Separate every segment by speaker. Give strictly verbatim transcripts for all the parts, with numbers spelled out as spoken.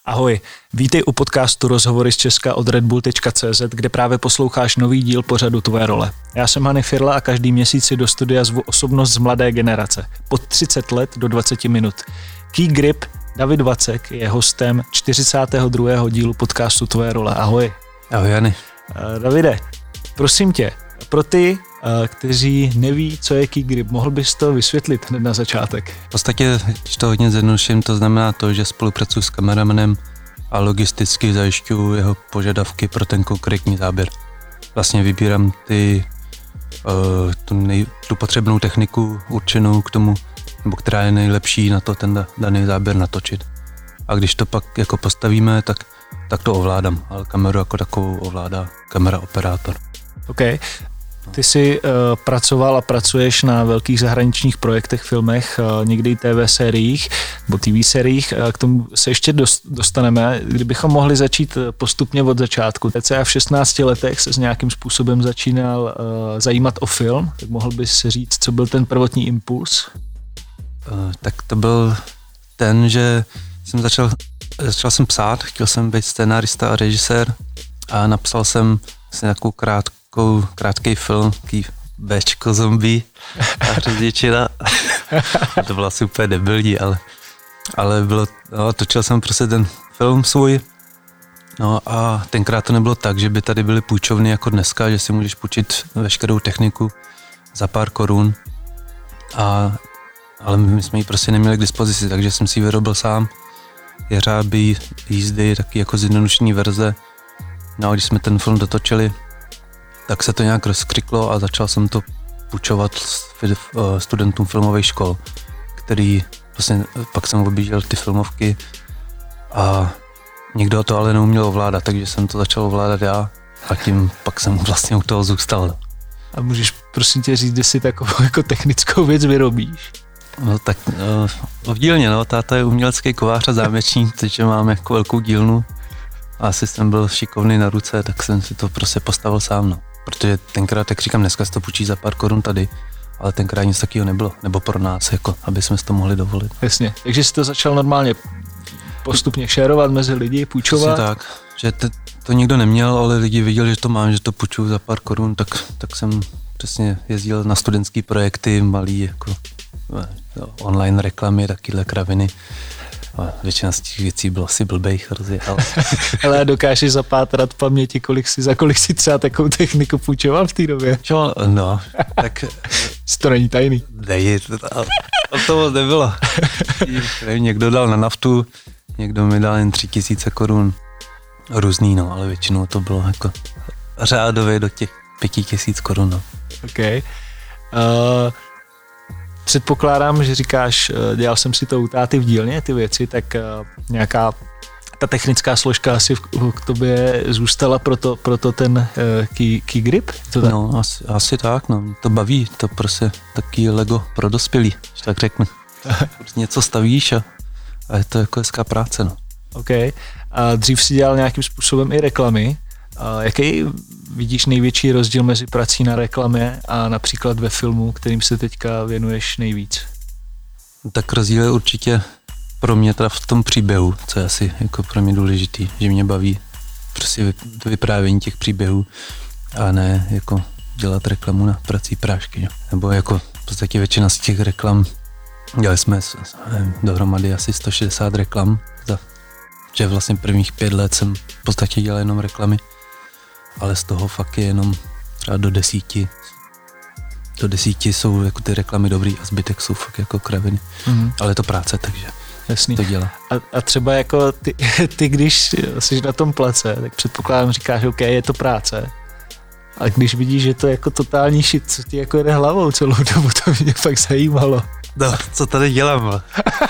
Speaker 1: Ahoj, vítej u podcastu Rozhovory z Česka od Red Bull tečka cé zet, kde právě posloucháš nový díl pořadu Tvoje role. Já jsem Hany Firla a každý měsíc si do studia zvu osobnost z mladé generace, pod třicet let do dvacet minut. Key Grip David Vacek je hostem čtyřicátého druhého dílu podcastu Tvoje role. Ahoj.
Speaker 2: Ahoj, Jany.
Speaker 1: Davide, prosím tě, pro ty, kteří neví, co je Key Grip, mohl bys to vysvětlit hned na začátek?
Speaker 2: V podstatě, když to hodně zjednoduším, to znamená to, že spolupracuji s kameramanem a logisticky zajišťuji jeho požadavky pro ten konkrétní záběr. Vlastně vybírám ty, uh, tu, nej, tu potřebnou techniku určenou k tomu, nebo která je nejlepší na to ten daný záběr natočit. A když to pak jako postavíme, tak, tak to ovládám, ale kameru jako takovou ovládá kamera operátor.
Speaker 1: OK. Ty jsi uh, pracoval a pracuješ na velkých zahraničních projektech, filmech, uh, někdy i té vé sériích nebo té vé sériích. Uh, k tomu se ještě dostaneme. Kdybychom mohli začít postupně od začátku. Cca v šestnácti letech se s nějakým způsobem začínal uh, zajímat o film, tak mohl bys říct, co byl ten prvotní impuls?
Speaker 2: Uh, tak to byl ten, že jsem začal, začal jsem psát, chtěl jsem být scénárista a režisér a napsal jsem si nějakou krátkou krátký film, taký béčko zombie a řezdičina. To bylo super debilní, ale, ale bylo, no, točil jsem prostě ten film svůj. No a tenkrát to nebylo tak, že by tady byly půjčovny jako dneska, že si můžeš půjčit veškerou techniku za pár korun. A, ale my jsme ji prostě neměli k dispozici, takže jsem si ji vyrobil sám. Jeřáby, jízdy, taky jako zjednodušený verze. No a když jsme ten film dotočili, tak se to nějak rozkřiklo a začal jsem to půjčovat studentům filmových škol, který vlastně pak jsem objížděl ty filmovky a nikdo to ale neuměl ovládat, takže jsem to začal ovládat já a tím pak jsem vlastně u toho zůstal.
Speaker 1: A můžeš prosím tě říct, kde si takovou jako technickou věc vyrobíš?
Speaker 2: No tak no, v dílně, no, táta je umělecký kovář a zámečník, takže mám jako velkou dílnu a asi jsem byl šikovný na ruce, tak jsem si to prostě postavil sám, no. Protože tenkrát, jak říkám, dneska se to půjčí za pár korun tady, ale tenkrát nic takového nebylo, nebo pro nás, jako, aby jsme si to mohli dovolit.
Speaker 1: Jasně, takže jsi to začal normálně postupně šérovat mezi lidi, půjčovat?
Speaker 2: Přesně tak, že te, to nikdo neměl, ale lidi viděli, že to mám, že to půjčuju za pár korun, tak, tak jsem přesně jezdil na studentský projekty, malý, jako online reklamy, takovéhle kraviny. A většina z těch věcí bylo asi blbejch hrozně, ale...
Speaker 1: Ale dokážeš zapátrat paměti, kolik si, za kolik si třeba takovou techniku půjčoval v té době?
Speaker 2: Čo? No, tak...
Speaker 1: To není tajný.
Speaker 2: Nej, to, to, to nebylo. Někdo dal na naftu, někdo mi dal jen tři tisíce korun. Různý, no, ale většinou to bylo jako řádově do těch pěti tisíc korun, no.
Speaker 1: OK. Uh... Předpokládám, že říkáš, dělal jsem si to u táty v dílně, ty věci, tak nějaká ta technická složka asi v, k tobě zůstala, proto, proto ten uh, key, key grip? To tak?
Speaker 2: No, asi, asi tak, no, to baví, to prostě taky Lego pro dospělí, že tak řeknu. Něco stavíš a, a je to jako hezká práce, no.
Speaker 1: OK. A dřív si dělal nějakým způsobem i reklamy. A jaký vidíš největší rozdíl mezi prací na reklamě a například ve filmu, kterým se teďka věnuješ nejvíc?
Speaker 2: Tak rozdíl je určitě pro mě teda v tom příběhu, co je asi jako pro mě důležitý, že mě baví prostě vyprávění těch příběhů a ne jako dělat reklamu na prací prášky. Jo. Nebo jako v podstatě většina z těch reklam, dělali jsme dohromady asi sto šedesát reklam, za, že vlastně prvních pět let jsem v podstatě dělal jenom reklamy. Ale z toho fakt je jenom třeba do desíti. Do desíti jsou jako ty reklamy dobrý a zbytek jsou fakt jako kraviny. Mm-hmm. Ale je to práce, takže
Speaker 1: jasný.
Speaker 2: To dělá.
Speaker 1: A, a třeba jako ty, ty, když jsi na tom place, tak předpokládám, říkáš, OK, je to práce. A když vidíš, že to je jako totální shit, co ti jako jde hlavou celou dobu, to mě fakt zajímalo.
Speaker 2: No, co tady dělám?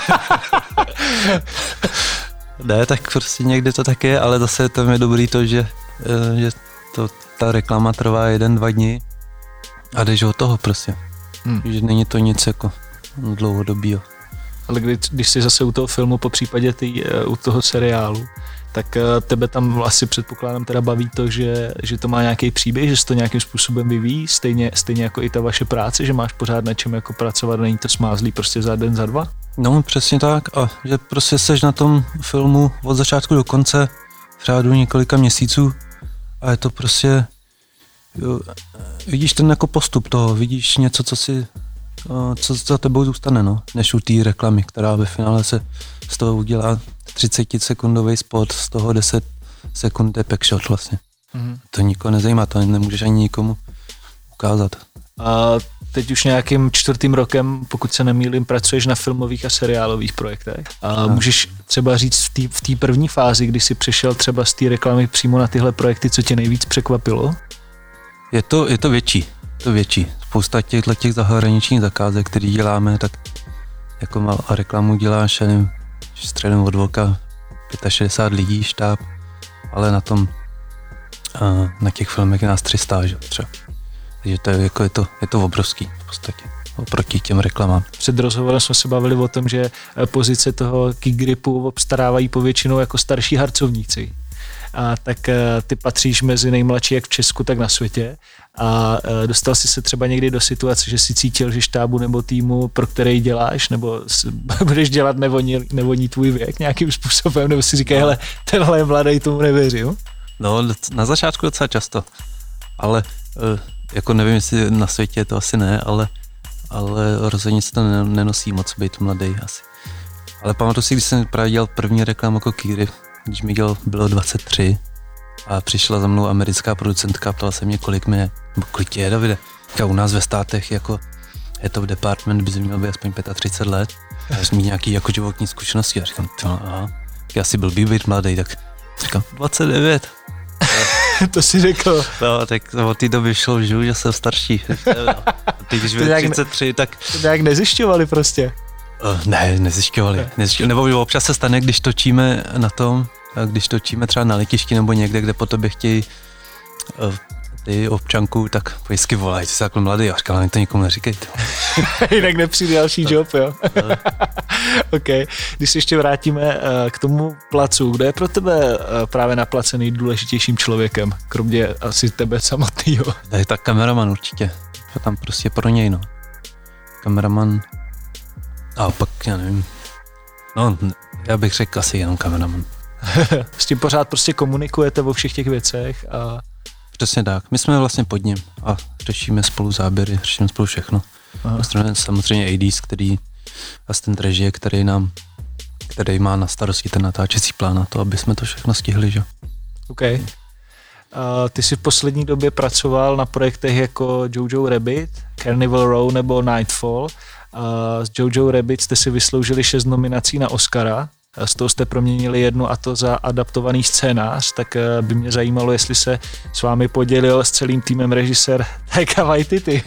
Speaker 2: Ne, tak prostě někdy to tak je, ale zase tam je dobrý to, že, že to, ta reklama trvá jeden, dva dny a jdeš od toho prostě. Hmm. Že není to nic jako dlouhodobýho.
Speaker 1: Ale když, když jsi zase u toho filmu, po případě ty, u toho seriálu, tak tebe tam asi předpokládám teda baví to, že, že to má nějaký příběh, že se to nějakým způsobem vyvíjí, stejně, stejně jako i ta vaše práce, že máš pořád na čem jako pracovat, není to smázlý prostě za den, za dva?
Speaker 2: No, přesně tak. A že prostě seš na tom filmu od začátku do konce v řádu několika měsíců a je to prostě, jo, vidíš ten jako postup toho, vidíš něco, co si, co za tebou zůstane, no, než u té reklamy, která ve finále se z toho udělá třicetisekundový spot, z toho deset sekund je packshot vlastně. Mm-hmm. To nikoho nezajímá, to nemůžeš ani nikomu ukázat.
Speaker 1: A teď už nějakým čtvrtým rokem, pokud se nemýlím, pracuješ na filmových a seriálových projektech. A no. Můžeš třeba říct v té v té první fázi, kdy jsi přešel třeba z té reklamy přímo na tyhle projekty, co tě nejvíc překvapilo?
Speaker 2: Je to, je to větší, to větší. Spousta těchto těch zahraničních zakázek, který děláme, tak jako mal a reklamu děláš, nevím, středem od voka šedesát pět lidí, štáb, ale na tom, na těch filmech je nás tři sta, že třeba. Takže to je, jako je, to, je to obrovský v podstatě oproti těm reklamám.
Speaker 1: Před rozhovorem jsme se bavili o tom, že pozice toho key gripu obstarávají povětšinou jako starší harcovníci. A tak ty patříš mezi nejmladší jak v Česku, tak na světě. A dostal jsi se třeba někdy do situace, že si cítil, že štábu nebo týmu, pro který děláš, nebo budeš dělat nevoní, nevoní tvůj věk nějakým způsobem, nebo si říkají, hele, tenhle je mladý, tomu nevěřím?
Speaker 2: No, na začátku docela často, ale jako nevím, jestli na světě to asi ne, ale, ale rozhodně se to nenosí moc být mladý asi. Ale pamatuju si, když jsem právě dělal první reklamu jako Kýry, když mi dělal, bylo dvacet tři a přišla za mnou americká producentka a ptala se mě, kolik mi je, nebo kolik tě je, Davide. A u nás ve státech jako je to v department, by měl být aspoň třicet pět let. A jsem mít nějaký jako životní zkušenosti a říkám, to, aha, já si blbý být mladý, tak říkám dvacet devět.
Speaker 1: To si řekl.
Speaker 2: No, tak od té doby šlo vžu, že jsem starší. A teď, když byl třicet tři, tak...
Speaker 1: To nějak nezjišťovali prostě.
Speaker 2: Uh, ne, nezjišťovali. Ne. nezjišťovali. Nebo občas se stane, když točíme na tom, když točíme třeba na letišti nebo někde, kde po tobě chtějí uh, ty občanku, tak vždycky volají, ty jsi takhle mladý. Já říkám, ale to nikomu neříkejte.
Speaker 1: Jinak nepřijde další no. job, jo. No. OK. Když se ještě vrátíme uh, k tomu placu, kdo je pro tebe uh, právě naplacený důležitějším člověkem, kromě asi tebe samotného?
Speaker 2: To je tak kameraman určitě. To tam prostě pro něj, no. Kameraman a pak, já nevím, no, já bych řekl asi jenom kameraman.
Speaker 1: S tím pořád prostě komunikujete o všech těch věcech a...
Speaker 2: Přesně tak. My jsme vlastně pod ním a řešíme spolu záběry, řešíme spolu všechno. Aha. Samozřejmě A Ds, který asistent režie, který nám, který má na starosti ten natáčecí plán na to, aby jsme to všechno stihli, že?
Speaker 1: OK. Uh, ty jsi v poslední době pracoval na projektech jako Jojo Rabbit, Carnival Row nebo Nightfall. Uh, s Jojo Rabbit jste si vysloužili šest nominací na Oscara. Z toho jste proměnili jednu, a to za adaptovaný scénář, tak by mě zajímalo, jestli se s vámi podělil s celým týmem režisér Taika Waititi.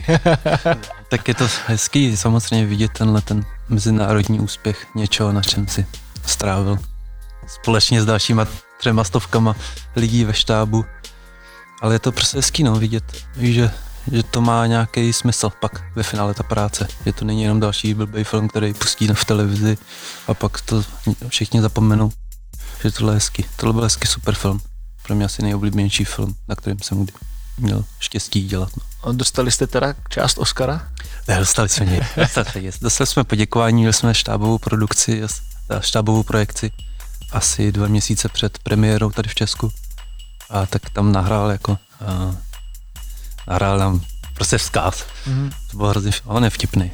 Speaker 2: Tak je to hezký samozřejmě vidět tenhle ten mezinárodní úspěch něčeho, na čem si strávil společně s dalšíma třema stovkama lidí ve štábu. Ale je to prostě hezký, no, vidět, že, že to má nějaký smysl pak ve finále ta práce. Že to není jenom další blbý film, který pustí v televizi a pak to všichni zapomenou. Že tohle je hezký. Tohle byl hezký super film. Pro mě asi nejoblíbenější film, na kterém jsem kdy měl štěstí dělat. No.
Speaker 1: Dostali jste teda část Oscara?
Speaker 2: Ne, dostali jsme něj. Dostali jsme poděkování, měli jsme štábovou produkci, štábovou projekci asi dva měsíce před premiérou tady v Česku. A tak tam nahrál jako uh, nahrál nám prostě vzkaz. Mm-hmm. To bylo hrozně, on je vtipný.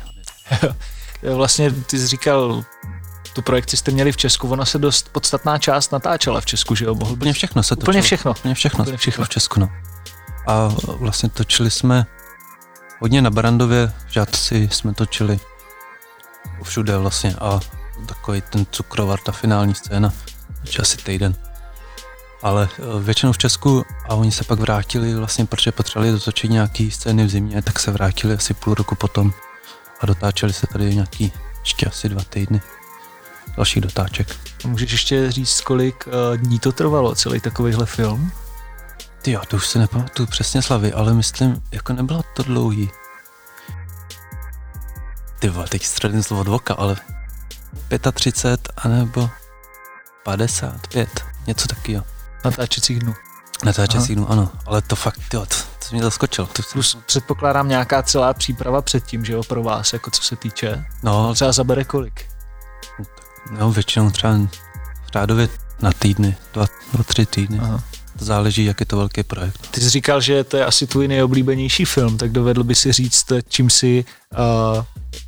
Speaker 1: Vlastně ty jsi říkal, tu projekci jste měli v Česku, ona se dost podstatná část natáčela v Česku, že jo? Mohl
Speaker 2: úplně všechno se
Speaker 1: točilo. Úplně všechno.
Speaker 2: Úplně všechno. Úplně všechno v Česku, no. A vlastně točili jsme hodně na Barandově, v Žátci jsme točili všude vlastně a takový ten cukrovar, ta finální scéna, asi týden. Ale většinou v Česku a oni se pak vrátili vlastně, protože potřebovali dotočit nějaký scény v zimě, tak se vrátili asi půl roku potom a dotáčeli se tady nějaký ještě asi dva týdny dalších dotáček.
Speaker 1: A můžeš ještě říct, kolik uh, dní to trvalo, celý takovýhle film?
Speaker 2: Ty jo, to už si nepamatuju přesně Slavy, ale myslím, jako nebylo to dlouhý. Ty vole, teď středím slovo od voka, ale třicet pět anebo padesát pět, něco takového.
Speaker 1: Natáčecích dnů.
Speaker 2: Natáčecích dnů, ano, ale to fakt, tyjo, to, to mě zaskočilo. To
Speaker 1: Plus jsem... předpokládám nějaká celá příprava předtím, že jo, pro vás, jako co se týče.
Speaker 2: No.
Speaker 1: Třeba zabere kolik?
Speaker 2: No, většinou třeba v řádově na týdny, dva, dva tři týdny. Aha. To záleží, jak je to velký projekt.
Speaker 1: Ty jsi říkal, že to je asi tvůj nejoblíbenější film, tak dovedl by si říct, čím si uh,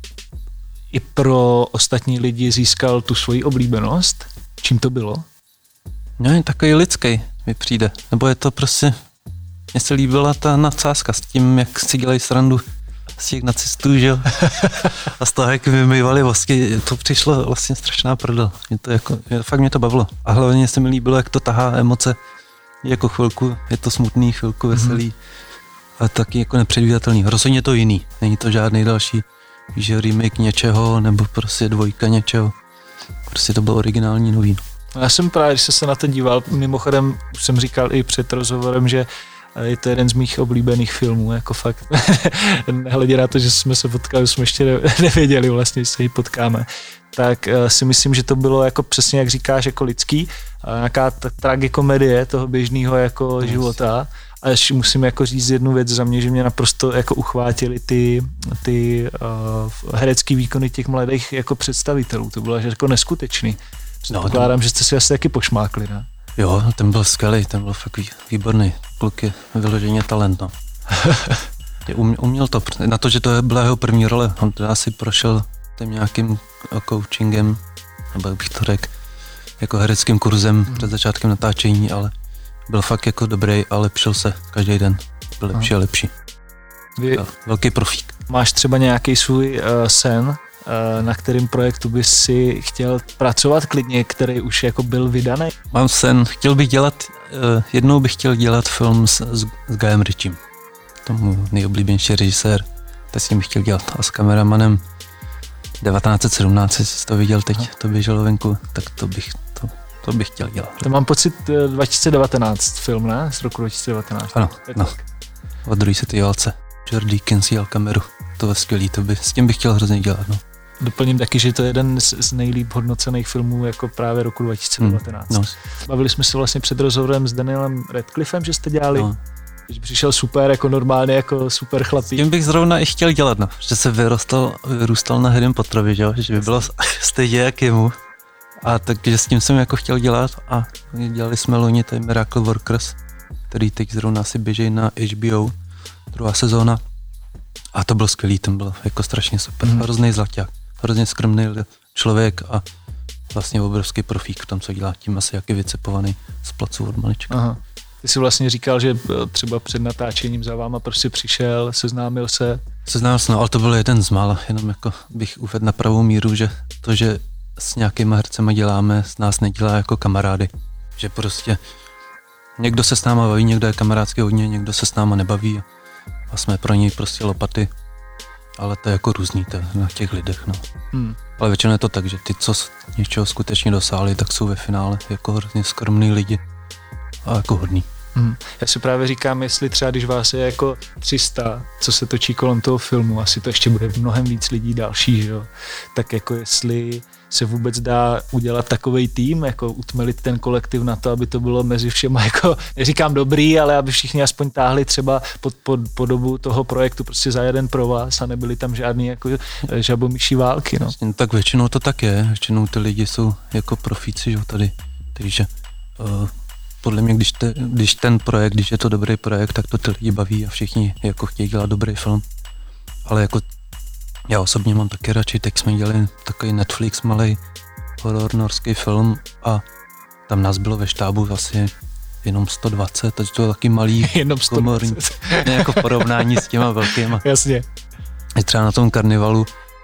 Speaker 1: i pro ostatní lidi získal tu svoji oblíbenost? Čím to bylo?
Speaker 2: No, je takový lidský, mi přijde. Nebo je to prostě, mně se líbila ta nadsázka s tím, jak si dělají srandu z těch nacistů, že jo? A z toho, jak vymývali vosky, to přišlo vlastně strašná prdel. Mě to jako, fakt mě to bavilo. A hlavně se mi líbilo, jak to tahá emoce. Jako chvilku je to smutný, chvilku veselý, mm. ale taky jako nepředvídatelný. Rozhodně to jiný. Není to žádný další, že remake něčeho, nebo prostě dvojka něčeho. Prostě to bylo originální nový.
Speaker 1: Já jsem právě, když jsem se na to díval, mimochodem už jsem říkal i před rozhovorem, že je to jeden z mých oblíbených filmů, jako fakt. Nehledě na to, že jsme se potkali, jsme ještě nevěděli vlastně, že se ji potkáme. Tak si myslím, že to bylo jako přesně, jak říkáš, jako lidský, nějaká tragikomedie toho běžného jako yes. života. A ještě musím jako říct jednu věc za mě, že mě naprosto jako uchvátili ty, ty uh, herecký výkony těch mladých jako představitelů. To bylo jako neskutečný. Předpokládám, no, že jste si asi taky pošmákli, ne?
Speaker 2: Jo, ten byl skvělý, ten byl fakt výborný. Kluk je vyloženě talent, no. Uměl to, na to, že to byla jeho první role, on teda asi prošel tím nějakým coachingem, nebo jak bych to řekl, jako hereckým kurzem hmm. před začátkem natáčení, ale byl fakt jako dobrý a lepšil se každý den. Byl lepší a lepší. Vy velký profík.
Speaker 1: Máš třeba nějaký svůj uh, sen, uh, na kterým projektu bys si chtěl pracovat klidně, který už jako byl vydaný?
Speaker 2: Mám sen, chtěl bych dělat, uh, jednou bych chtěl dělat film s, s, s Guyem Ritchiem, tomu nejoblíbenější režisér, tak s ním bych chtěl dělat a s kameramanem devatenáct set sedmnáct, jsi to viděl teď, Aha. to běželo venku, tak to bych, to, to bych chtěl dělat.
Speaker 1: To mám pocit dva tisíce devatenáct film, ne? Z roku dva tisíce devatenáct.
Speaker 2: Ano, no. Od druhé světové válce. George Deakins jel kameru, to je skvělý, to by, s tím bych chtěl hrozně dělat, no.
Speaker 1: Doplním taky, že to je jeden z, z nejlíp hodnocených filmů jako právě roku dva tisíce devatenáct. Mm, no. Bavili jsme se vlastně před rozhovorem s Danielem Radcliffem, že jste dělali. No. Když přišel super, jako normálně, jako super chlapík.
Speaker 2: Tím bych zrovna i chtěl dělat, no. Že se vyrostal, vyrůstal na Harrym Potterovi, že, že by bylo stejně jak jemu. A takže s tím jsem jako chtěl dělat a dělali jsme loni tady Miracle Workers, který teď zrovna si běží na H B O, druhá sezóna. A to byl skvělý, ten byl jako strašně super, mm. hrozný zlaťák, hrozně skromný člověk a vlastně obrovský profík v tom, co dělá, tím asi jak je vycepovaný z placu od malička.
Speaker 1: Aha. Ty jsi vlastně říkal, že třeba před natáčením za váma prostě přišel, seznámil se.
Speaker 2: Seznámil se, no, ale to byl jeden z mála, jenom jako bych uvedl na pravou míru, že to, že s nějakýma hercema děláme, s nás nedělá jako kamarády. Že prostě někdo se s náma baví, někdo je kamarádský hodně, někdo se s náma nebaví a jsme pro něj prostě lopaty. Ale to je jako různý to na těch lidech, no. Hmm. Ale většinou je to tak, že ty, co něčeho skutečně dosáhli, tak jsou ve finále jako hrozně skromný lidi a jako hodný.
Speaker 1: Hmm. Já si právě říkám, jestli třeba, když vás je jako tři sta, co se točí kolem toho filmu, asi to ještě bude mnohem víc lidí další, že jo? Tak jako jestli se vůbec dá udělat takovej tým, jako utmelit ten kolektiv na to, aby to bylo mezi všema, jako neříkám dobrý, ale aby všichni aspoň táhli třeba pod, pod, po dobu toho projektu prostě za jeden pro vás a nebyly tam žádný jako žabomyší války, no.
Speaker 2: No tak většinou to tak je, většinou ty lidi jsou jako profíci, že tady, takže uh, podle mě, když, te, když ten projekt, když je to dobrý projekt, tak to ty lidi baví a všichni jako chtějí dělat dobrý film, ale jako já osobně mám taky radši, teď jsme dělali takový Netflix malej horor norský film a tam nás bylo ve štábu asi jenom sto dvacet, takže to je taky malý
Speaker 1: jenom sto dvacet.
Speaker 2: Ne jako v porovnání s těma velkýma.
Speaker 1: Jasně.
Speaker 2: I třeba na tom karnivalu,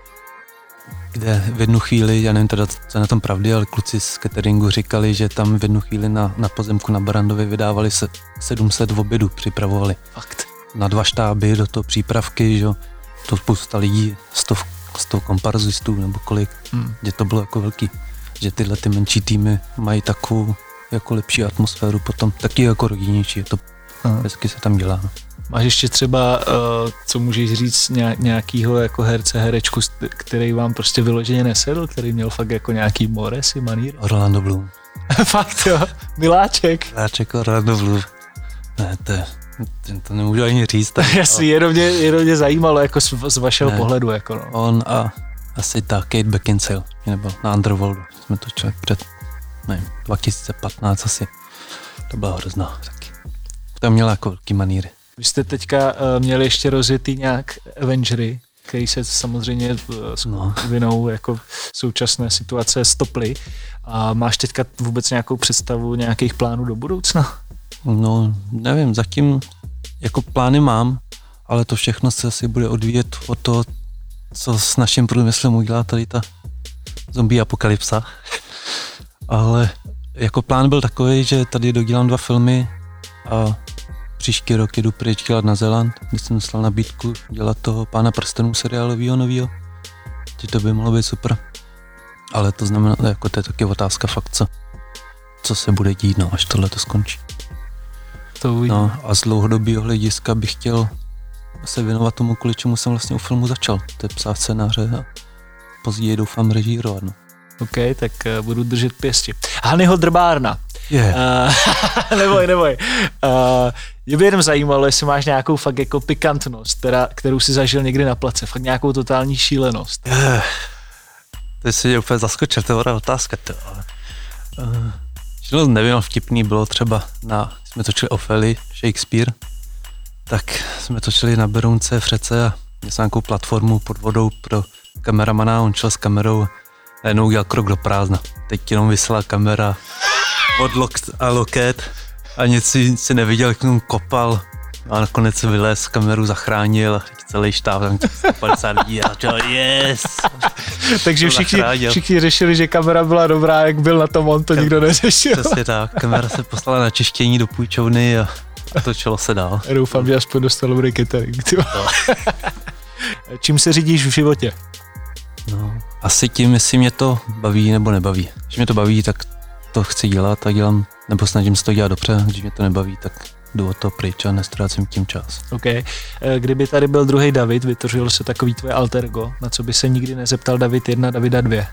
Speaker 2: kde v jednu chvíli, já nevím teda, co je na tom pravdy, ale kluci z cateringu říkali, že tam v jednu chvíli na, na pozemku na Barandově vydávali se sedm set obědů, připravovali.
Speaker 1: Fakt.
Speaker 2: Na dva štáby, do toho přípravky, že to spousta lidí, sto, sto komparzistů nebo kolik, hmm. že to bylo jako velký, že tyhle ty menší týmy mají takovou jako lepší atmosféru potom, taky jako rodinnější, je to Aha. hezky se tam dělá. No.
Speaker 1: Máš ještě třeba, uh, co můžeš říct, nějakýho jako herce, herečku, který vám prostě vyloženě nesedl, který měl fakt jako nějaký moresy, maníry?
Speaker 2: Orlando Bloom.
Speaker 1: Fakt jo, miláček.
Speaker 2: Miláček Orlando Bloom. Ne, to je, to nemůžu ani říct.
Speaker 1: Jasně, jenom mě, jenom mě zajímalo jako z, z vašeho ne, pohledu. Jako no.
Speaker 2: On a asi ta Kate Beckinsale, nebo na Underworldu. Jsme točili před, nevím, dva tisíce patnáct asi. To byla hrozná taky. To měla jako velký maníry.
Speaker 1: Vy jste teďka uh, měli ještě rozjetý nějak Avengery, který se samozřejmě uh, s
Speaker 2: no.
Speaker 1: vinou jako současné situace stoply. A máš teďka vůbec nějakou představu nějakých plánů do budoucna?
Speaker 2: No, nevím, zatím jako plány mám, ale to všechno se asi bude odvíjet od toho, co s naším průmyslem udělá tady ta zombie apokalypsa. Ale jako plán byl takový, že tady dodělám dva filmy a příští rok jedu pryč dělat na Zéland, když jsem dostal nabídku dělat toho Pána prstenů seriálovýho novýho. Že to by mohlo být super. Ale to znamená, jako to je taky otázka fakt, co, co se bude dít, no, až tohle to skončí.
Speaker 1: To uvidím.
Speaker 2: No a z dlouhodobého hlediska bych chtěl se věnovat tomu, kvůli čemu jsem vlastně u filmu začal. To je psát scénáře a později doufám režírovat. No.
Speaker 1: OK, tak uh, budu držet pěsti. Hanyho Drbárna.
Speaker 2: Yeah.
Speaker 1: Uh, neboj, neboj. Uh, mě by jenom zajímalo, jestli máš nějakou fakt jako pikantnost, která, kterou si zažil někdy na place. Fakt nějakou totální šílenost.
Speaker 2: Yeah. To si mě úplně zaskočil, to je otázka. To. Uh, šílenost nevím, vtipný bylo třeba na, jsme točili Ofely, Shakespeare, tak jsme točili na Berounce v řece a měl jsem nějakou platformu pod vodou pro kameramana, on šel s kamerou a najednou udělal krok do prázdna. Teď jenom vysela kamera od lokt a loket a nic si, si neviděl, jak on kopal a nakonec se vylez, kameru zachránil a celý štáb, tam sto padesát lidí a čel, yes!
Speaker 1: Takže všichni, všichni řešili, že kamera byla dobrá, jak byl na tom on, to Kam, nikdo neřešil.
Speaker 2: Přesně tak, kamera se poslala na čištění do půjčovny a a točilo se dál.
Speaker 1: Doufám, že aspoň dostal dobrý catering. No. Čím se řídíš v životě?
Speaker 2: No, asi tím, jestli mě to baví nebo nebaví. Když mě to baví, tak to chci dělat a dělám, nebo snažím se to dělat dobře. Když mě to nebaví, tak jdu od toho pryč a nestrácím tím čas.
Speaker 1: OK. Kdyby tady byl druhý David, vytvořilo se takový tvoje alter ego, na co by se nikdy nezeptal David jedna, Davida dvě?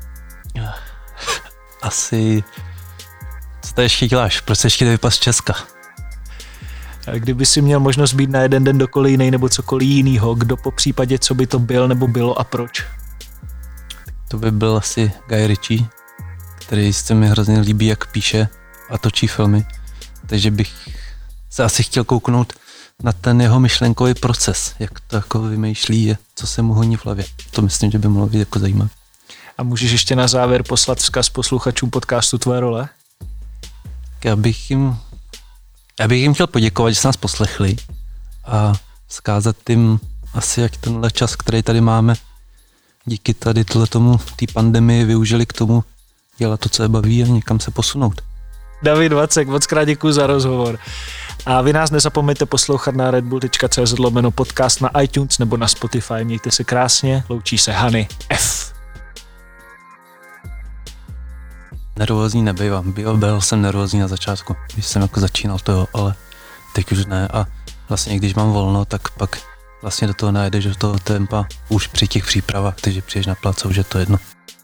Speaker 2: Asi... Co to ještě děláš? Proč se ještě nevypas z Česka?
Speaker 1: Kdyby si měl možnost být na jeden den dokoliv jiný nebo cokoliv jinýho, kdo po případě, co by to byl nebo bylo a proč?
Speaker 2: To by byl asi Guy Ritchie, který se mi hrozně líbí, jak píše a točí filmy. Takže bych se asi chtěl kouknout na ten jeho myšlenkový proces, jak to jako vymýšlí, co se mu honí v hlavě. To myslím, že by mohlo být jako zajímavé.
Speaker 1: A můžeš ještě na závěr poslat vzkaz posluchačům podcastu Tvoje role?
Speaker 2: Já bych jim Já bych jim chtěl poděkovat, že se nás poslechli a vzkázat jim asi, jak tenhle čas, který tady máme, díky tady tomu, té pandemii využili k tomu dělat to, co je baví a někam se posunout.
Speaker 1: David Vacek, moc krát děkuji za rozhovor. A vy nás nezapomeňte poslouchat na redbull tečka cé zet lomeno podcast na iTunes nebo na Spotify. Mějte se krásně, loučí se Hany F.
Speaker 2: Nervózní nebývám. Byl, byl jsem nervózní na začátku, když jsem jako začínal to, ale teď už ne a vlastně když mám volno, tak pak vlastně do toho najdeš do toho tempa už při těch přípravách, takže přijdeš na plac, už je to jedno.